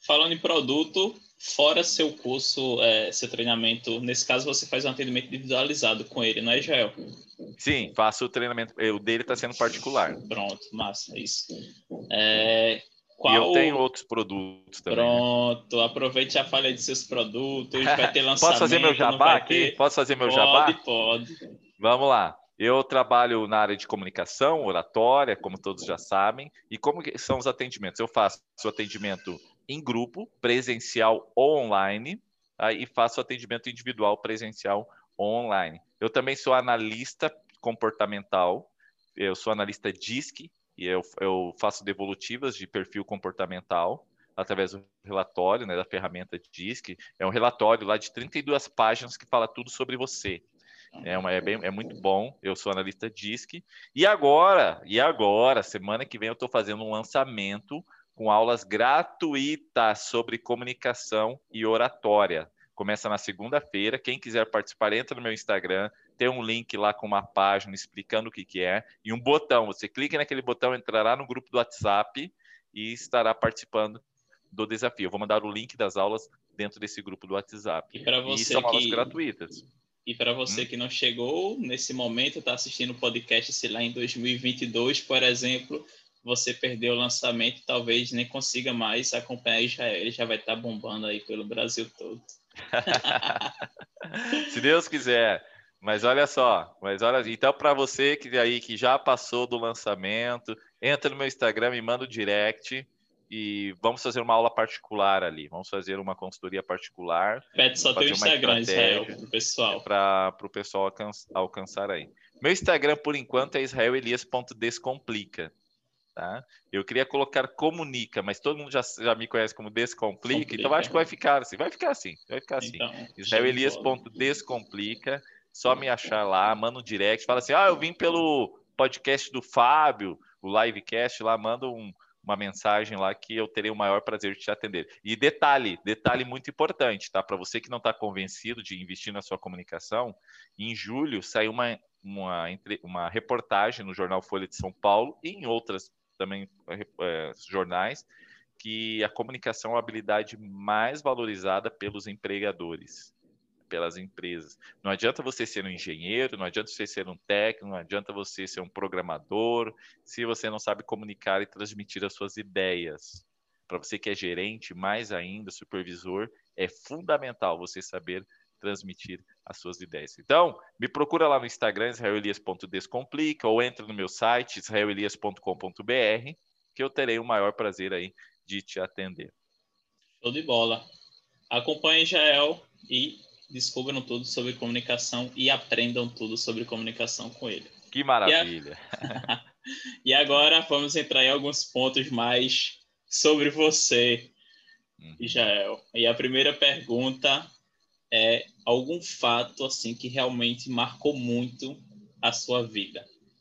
Falando em produto, fora seu curso, seu treinamento, nesse caso você faz um atendimento individualizado com ele, não é, Israel? Sim, faço o treinamento. O dele está sendo particular. Pronto, massa, isso. E eu Qual... tenho outros produtos também, né? Pronto, aproveite e já fale aí dos seus produtos, vai ter Posso fazer meu lançamento, não jabá vai aqui? ter? Posso fazer meu Pode, jabá? pode. Vamos lá. Eu trabalho na área de comunicação, oratória, como todos já sabem. E como que são os atendimentos? Eu faço o atendimento em grupo, presencial ou online, tá? E faço atendimento individual, presencial ou online. Eu também sou analista comportamental, eu sou analista DISC, e eu faço devolutivas de perfil comportamental através do relatório, né, da ferramenta DISC. É um relatório lá de 32 páginas que fala tudo sobre você. É muito bom. Eu sou analista DISC. E agora, semana que vem, eu estou fazendo um lançamento com aulas gratuitas sobre comunicação e oratória. Começa na segunda-feira. Quem quiser participar, entra no meu Instagram. Tem um link lá com uma página explicando o que é. E um botão. Você clica naquele botão, entrará no grupo do WhatsApp e estará participando do desafio. Eu vou mandar o link das aulas dentro desse grupo do WhatsApp. E para E você são aulas que gratuitas. E para você Hum? que não chegou nesse momento, está assistindo o podcast, sei lá, em 2022, por exemplo, você perdeu o lançamento, talvez nem consiga mais acompanhar Israel. Ele já vai estar bombando aí pelo Brasil todo. Se Deus quiser. Então para você que já passou do lançamento, entra no meu Instagram, me manda o direct e vamos fazer uma aula particular ali. Vamos fazer uma consultoria particular, Pede só teu fazer uma Instagram, Israel, estratégia pro pessoal. para o pessoal alcançar aí. Meu Instagram, por enquanto, é israelelias.descomplica. Tá? Eu queria colocar comunica, mas todo mundo já me conhece como Descomplica, então acho que vai ficar assim. Vai ficar assim. Vai ficar assim. Então, show de bola. Israelelias.descomplica, só me achar lá, manda um direct, fala assim: eu vim pelo podcast do Fábio, o livecast lá, manda uma mensagem lá que eu terei o maior prazer de te atender. E detalhe muito importante, tá? Para você que não está convencido de investir na sua comunicação, em julho saiu uma reportagem no jornal Folha de São Paulo e em outras também jornais, que a comunicação é a habilidade mais valorizada pelos empregadores, pelas empresas. Não adianta você ser um engenheiro, não adianta você ser um técnico, não adianta você ser um programador, se você não sabe comunicar e transmitir as suas ideias. Para você que é gerente, mais ainda, supervisor, é fundamental você saber transmitir as suas ideias. Então, me procura lá no Instagram, israelelias.descomplica, ou entra no meu site, israelelias.com.br, que eu terei o maior prazer aí de te atender. Show de bola. Acompanhe Israel e descubram tudo sobre comunicação e aprendam tudo sobre comunicação com ele. Que maravilha! E agora vamos entrar em alguns pontos mais sobre você, Israel. E a primeira pergunta é algum fato assim que realmente marcou muito a sua vida?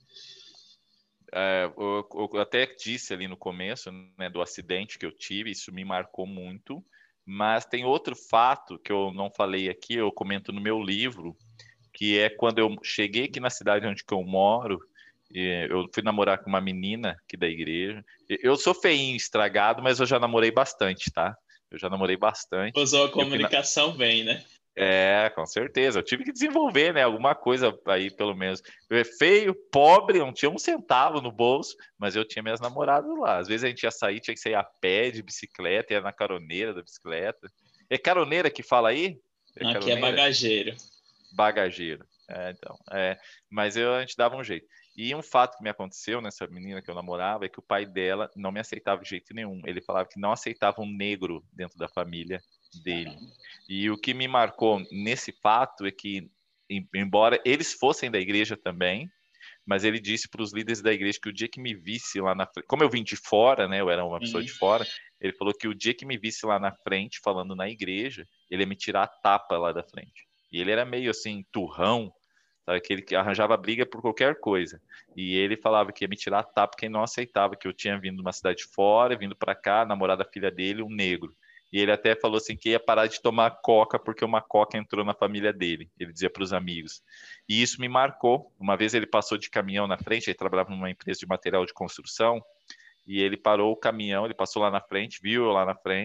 Eu até disse ali no começo, né, do acidente que eu tive, isso me marcou muito, mas tem outro fato que eu não falei aqui, eu comento no meu livro, que é quando eu cheguei aqui na cidade onde que eu moro, eu fui namorar com uma menina aqui da igreja. Eu sou feinho, estragado, mas eu já namorei bastante, tá? Eu já namorei bastante. Usou a comunicação bem, né? Com certeza. Eu tive que desenvolver, né? Alguma coisa aí, pelo menos. Eu feio, pobre, não tinha um centavo no bolso, mas eu tinha minhas namoradas lá. Às vezes a gente ia sair, tinha que sair a pé, de bicicleta, ia na caroneira da bicicleta. É caroneira que fala aí? É Aqui é caroneira? bagageiro. Bagageiro. Então. Mas a gente dava um jeito. E um fato que me aconteceu nessa menina que eu namorava é que o pai dela não me aceitava de jeito nenhum. Ele falava que não aceitava um negro dentro da família dele. E o que me marcou nesse fato é que, embora eles fossem da igreja também, mas ele disse para os líderes da igreja que o dia que me visse lá na frente, como eu vim de fora, né, eu era uma pessoa de fora, ele falou que o dia que me visse lá na frente, falando na igreja, ele ia me tirar a tapa lá da frente. E ele era meio assim, turrão, sabe, aquele que arranjava briga por qualquer coisa. E ele falava que ia me tirar a tapa quem não aceitava que eu tinha vindo de uma cidade fora, vindo para cá, namorada da filha dele, um negro. E ele até falou assim que ia parar de tomar coca porque uma coca entrou na família dele. Ele dizia para os amigos. E isso me marcou. Uma vez ele passou de caminhão na frente, ele trabalhava numa empresa de material de construção, e ele parou o caminhão, ele passou lá na frente, viu eu lá na frente,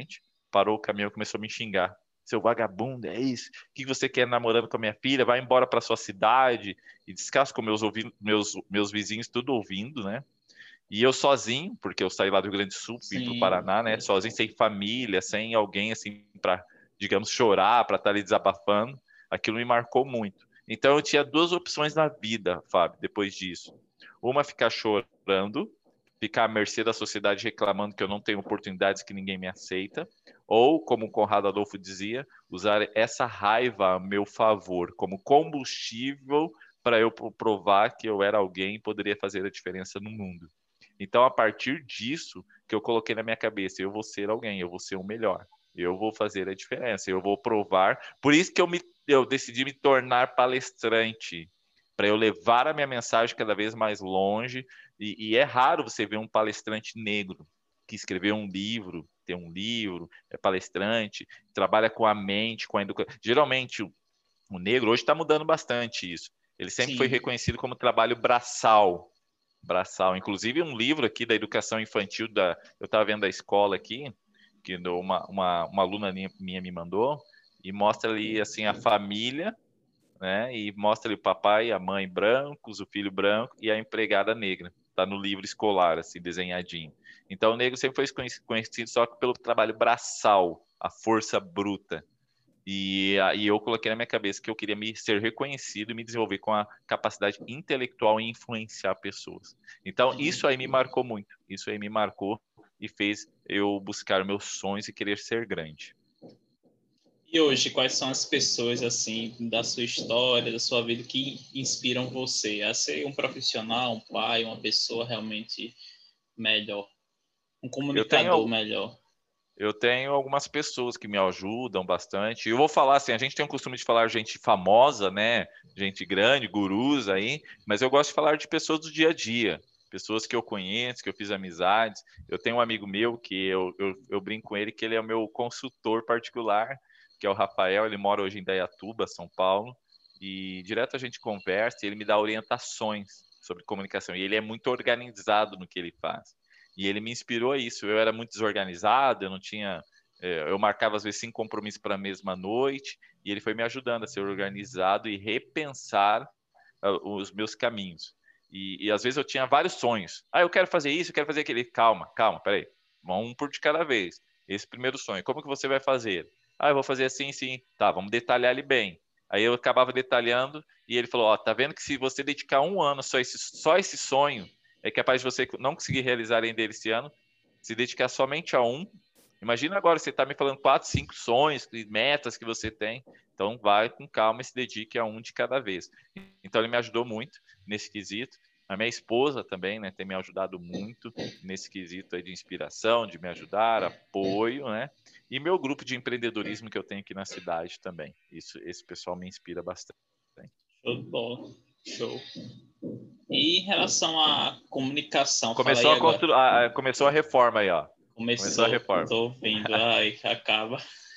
parou o caminhão e começou a me xingar. Seu vagabundo, é isso? O que você quer namorando com a minha filha? Vai embora para sua cidade. E descascou meus vizinhos tudo ouvindo, né? E eu sozinho, porque eu saí lá do Rio Grande do Sul, vim para o Sim. Paraná, né? Sozinho, sem família, sem alguém assim para, digamos, chorar, para estar ali desabafando. Aquilo me marcou muito. Então eu tinha duas opções na vida, Fábio, depois disso. Uma, ficar chorando, ficar à mercê da sociedade reclamando que eu não tenho oportunidades, que ninguém me aceita. Ou, como o Conrado Adolfo dizia, usar essa raiva a meu favor, como combustível para eu provar que eu era alguém e poderia fazer a diferença no mundo. Então, a partir disso, que eu coloquei na minha cabeça, eu vou ser alguém, eu vou ser o melhor, eu vou fazer a diferença, eu vou provar. Por isso que eu decidi me tornar palestrante, para eu levar a minha mensagem cada vez mais longe. E é raro você ver um palestrante negro que escreveu um livro, tem um livro, é palestrante, trabalha com a mente, com a educação. Geralmente, o negro hoje está mudando bastante isso. Ele sempre foi Sim. reconhecido como trabalho braçal. Inclusive, um livro aqui da educação infantil, eu estava vendo a escola aqui, que uma aluna minha me mandou, e mostra ali assim a família, né? E mostra ali o papai e a mãe brancos, o filho branco e a empregada negra. Tá no livro escolar, assim, desenhadinho. Então, o negro sempre foi conhecido só pelo trabalho braçal, a força bruta. E eu coloquei na minha cabeça que eu queria ser reconhecido e me desenvolver com a capacidade intelectual em influenciar pessoas. Então, isso aí me marcou muito. Isso aí me marcou e fez eu buscar meus sonhos e querer ser grande. E hoje, quais são as pessoas, assim, da sua história, da sua vida, que inspiram você a ser um profissional, um pai, uma pessoa realmente melhor, um Eu comunicador tenho, melhor? eu tenho algumas pessoas que me ajudam bastante. Eu vou falar assim, a gente tem o costume de falar gente famosa, né? Gente grande, gurus aí, mas eu gosto de falar de pessoas do dia a dia, pessoas que eu conheço, que eu fiz amizades. Eu tenho um amigo meu que eu brinco com ele que ele é o meu consultor particular, que é o Rafael. Ele mora hoje em Dayatuba, São Paulo, e direto a gente conversa e ele me dá orientações sobre comunicação. E ele é muito organizado no que ele faz. E ele me inspirou a isso. Eu era muito desorganizado, eu não tinha. Eu marcava às vezes 5 compromissos para a mesma noite, e ele foi me ajudando a ser organizado e repensar os meus caminhos. E às vezes eu tinha vários sonhos. Ah, eu quero fazer isso, eu quero fazer aquele. Calma, calma, peraí. Vamos um por de cada vez. Esse primeiro sonho, como que você vai fazer? Ah, eu vou fazer assim, sim. Tá, vamos detalhar ele bem. Aí eu acabava detalhando e ele falou: Ó, tá vendo que se você dedicar um ano só esse sonho, é capaz de você não conseguir realizar ainda esse ano, se dedicar somente a um. Imagina agora, você está me falando 4, 5 sonhos, metas que você tem. Então, vai com calma e se dedique a um de cada vez. Então, ele me ajudou muito nesse quesito. A minha esposa também, né, tem me ajudado muito nesse quesito aí de inspiração, de me ajudar, apoio, né? E meu grupo de empreendedorismo que eu tenho aqui na cidade também. Esse pessoal me inspira bastante. Show de bola. Show. E em relação à comunicação, fala aí Começou agora. começou a reforma aí, ó. Começou a Começou, reforma. tô ouvindo. Ai, acaba.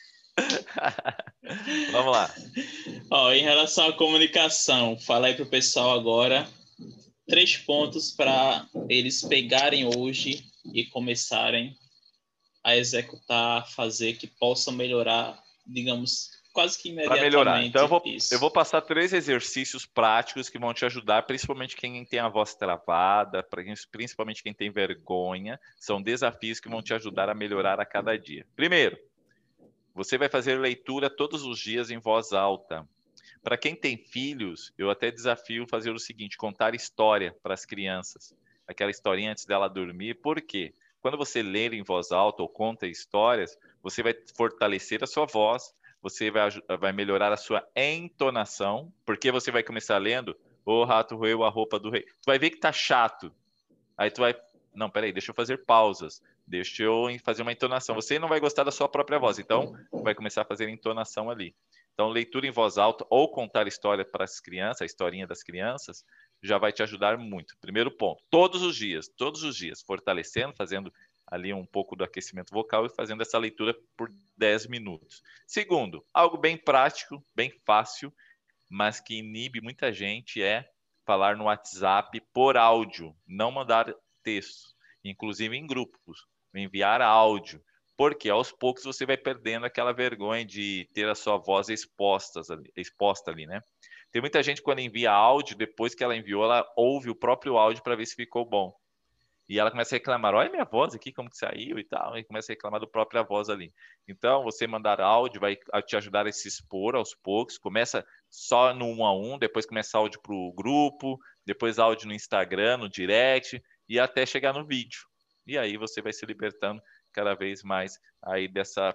Vamos lá. Ó, em relação à comunicação, fala aí pro pessoal agora 3 pontos para eles pegarem hoje e começarem a executar, fazer, que possam melhorar, digamos, quase que Para melhorar. Então, imediatamente eu vou isso. passar 3 exercícios práticos que vão te ajudar, principalmente quem tem a voz travada, principalmente quem tem vergonha. São desafios que vão te ajudar a melhorar a cada dia. Primeiro, você vai fazer leitura todos os dias em voz alta. Para quem tem filhos, eu até desafio fazer o seguinte: contar história para as crianças. Aquela historinha antes dela dormir. Por quê? Quando você lê em voz alta ou conta histórias, você vai fortalecer a sua voz, você vai melhorar a sua entonação, porque você vai começar lendo O rato roeu a roupa do rei. Tu vai ver que tá chato. Aí tu vai, não, peraí, deixa eu fazer pausas, deixa eu fazer uma entonação. Você não vai gostar da sua própria voz, então vai começar a fazer entonação ali. Então, leitura em voz alta ou contar história para as crianças, a historinha das crianças, já vai te ajudar muito. Primeiro ponto, todos os dias, fortalecendo, fazendo ali um pouco do aquecimento vocal e fazendo essa leitura por 10 minutos. Segundo, algo bem prático, bem fácil, mas que inibe muita gente é falar no WhatsApp por áudio, não mandar texto, inclusive em grupos, enviar áudio. Porque aos poucos você vai perdendo aquela vergonha de ter a sua voz exposta ali, né? Tem muita gente quando envia áudio, depois que ela enviou, ela ouve o próprio áudio para ver se ficou bom. E ela começa a reclamar, olha minha voz aqui, como que saiu e tal, e começa a reclamar da própria voz ali. Então, você mandar áudio vai te ajudar a se expor aos poucos, começa só no 1 a 1, depois começa áudio para o grupo, depois áudio no Instagram, no direct, e até chegar no vídeo. E aí você vai se libertando cada vez mais aí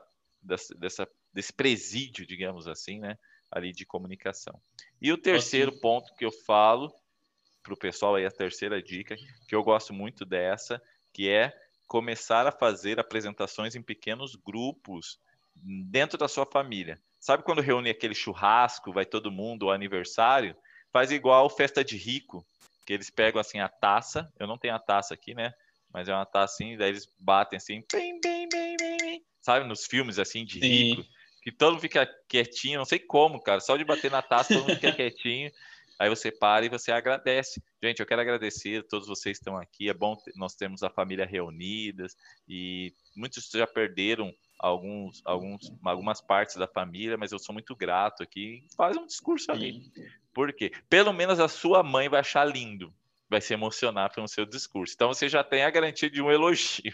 desse presídio, digamos assim, né, ali de comunicação. E o terceiro ponto que eu falo para o pessoal aí, a terceira dica, que eu gosto muito dessa, que é começar a fazer apresentações em pequenos grupos dentro da sua família. Sabe quando reúne aquele churrasco, vai todo mundo, o aniversário? Faz igual festa de rico, que eles pegam assim a taça, eu não tenho a taça aqui, né? Mas é uma taça assim, daí eles batem assim, bem, bem, bem, bem, bem. Sabe, nos filmes assim de rico, que todo mundo fica quietinho, não sei como, cara, só de bater na taça todo mundo fica quietinho. Aí você para e você agradece. Gente, eu quero agradecer a todos vocês que estão aqui. É bom nós termos a família reunidas e muitos já perderam algumas partes da família, mas eu sou muito grato aqui. Faz um discurso ali. Por quê? Pelo menos a sua mãe vai achar lindo, vai se emocionar pelo seu discurso. Então você já tem a garantia de um elogio.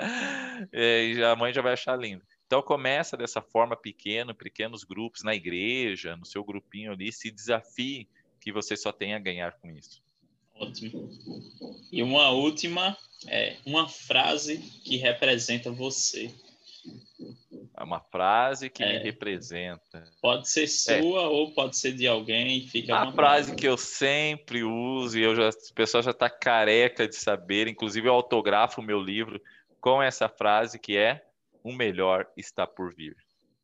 E a mãe já vai achar lindo. Então começa dessa forma pequenos grupos na igreja, no seu grupinho ali, se desafie que você só tem a ganhar com isso. Ótimo. E uma última, uma frase que representa você. É uma frase que me representa. Pode ser sua ou pode ser de alguém, fica à vontade. A frase que eu sempre uso, e o pessoal já está careca de saber, inclusive eu autografo o meu livro com essa frase que é: o melhor está por vir.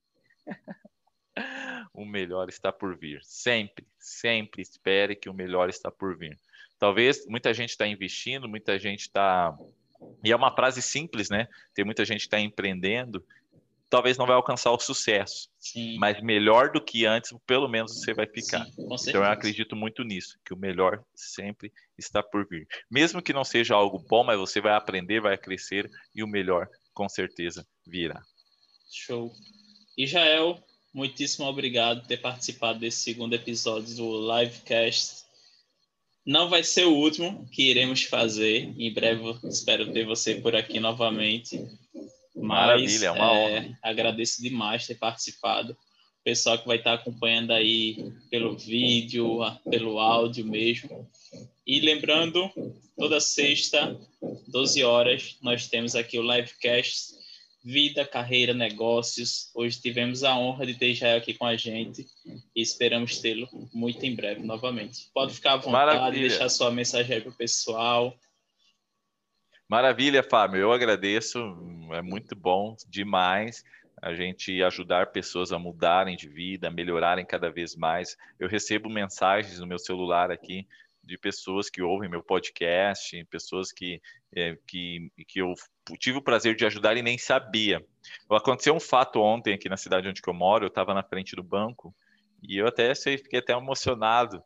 O melhor está por vir. Sempre, sempre espere que o melhor está por vir. Talvez muita gente está investindo, muita gente está... E é uma frase simples, né? Tem muita gente que está empreendendo, talvez não vai alcançar o sucesso. Sim. Mas melhor do que antes, pelo menos você vai ficar. Sim, com certeza. Então eu acredito muito nisso, que o melhor sempre está por vir. Mesmo que não seja algo bom, mas você vai aprender, vai crescer e o melhor com certeza virá. Show. E Jael, muitíssimo obrigado por ter participado desse segundo episódio do Livecast. Não vai ser o último que iremos fazer. Em breve espero ter você por aqui novamente. Maravilha, é uma honra. Agradeço demais ter participado. O pessoal que vai estar acompanhando aí pelo vídeo, pelo áudio mesmo. E lembrando, toda sexta, 12 horas, nós temos aqui o Livecast Vida, Carreira, Negócios. Hoje tivemos a honra de ter Jael aqui com a gente e esperamos tê-lo muito em breve novamente. Pode ficar à vontade, Maravilha. Deixar sua mensagem aí para o pessoal. Maravilha, Fábio. Eu agradeço. É muito bom demais a gente ajudar pessoas a mudarem de vida, a melhorarem cada vez mais. Eu recebo mensagens no meu celular aqui de pessoas que ouvem meu podcast, pessoas que eu tive o prazer de ajudar e nem sabia. Aconteceu um fato ontem aqui na cidade onde eu moro, eu estava na frente do banco e eu fiquei até emocionado.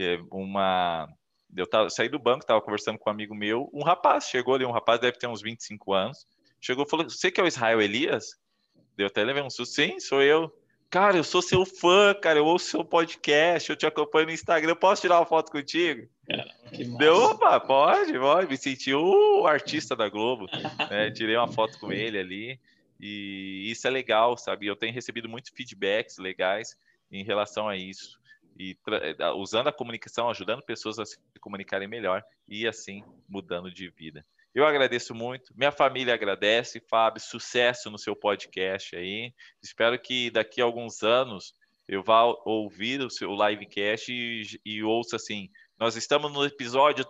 Eu saí do banco, estava conversando com um amigo meu, um rapaz chegou ali, um rapaz deve ter uns 25 anos, chegou e falou: você que é o Israel Elias? Eu até levei um susto. Sim, sou eu. Cara, eu sou seu fã, cara, eu ouço seu podcast, eu te acompanho no Instagram, posso tirar uma foto contigo? Que massa. Deu, opa, pode, me senti o artista da Globo, né? Tirei uma foto com ele ali, e isso é legal, sabe? Eu tenho recebido muitos feedbacks legais em relação a isso, e usando a comunicação, ajudando pessoas a se comunicarem melhor, e assim, mudando de vida. Eu agradeço muito, minha família agradece. Fábio, sucesso no seu podcast aí. Espero que daqui a alguns anos eu vá ouvir o seu livecast e ouça assim: nós estamos no episódio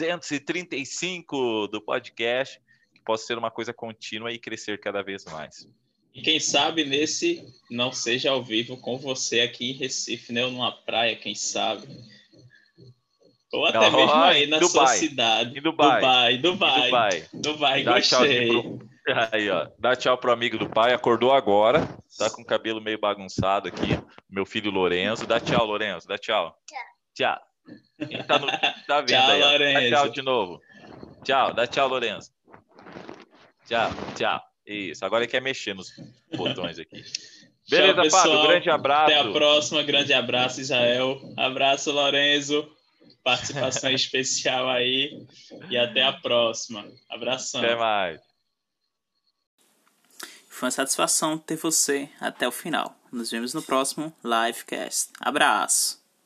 235 do podcast, que possa ser uma coisa contínua e crescer cada vez mais. E quem sabe nesse não seja ao vivo com você aqui em Recife, né? Ou numa praia, quem sabe. Ou até mesmo aí na Dubai, sua cidade. Em Dubai. Dubai, Dá gostei. Tchau aí, ó. Dá tchau pro amigo do pai. Acordou agora. Tá com o cabelo meio bagunçado aqui. Meu filho Lorenzo. Dá tchau, Lorenzo. Dá tchau. Tchau. Ele tá vendo tchau, aí, ó. Lorenzo. Dá tchau de novo. Tchau. Dá tchau, Lorenzo. Tchau. Isso, agora ele quer mexer nos botões aqui. Tchau, Beleza, pessoal. Fábio, grande abraço. Até a próxima, grande abraço, Israel. Abraço, Lorenzo. Participação especial aí. E até a próxima. Abração. Até mais. Foi uma satisfação ter você até o final. Nos vemos no próximo Livecast. Abraço!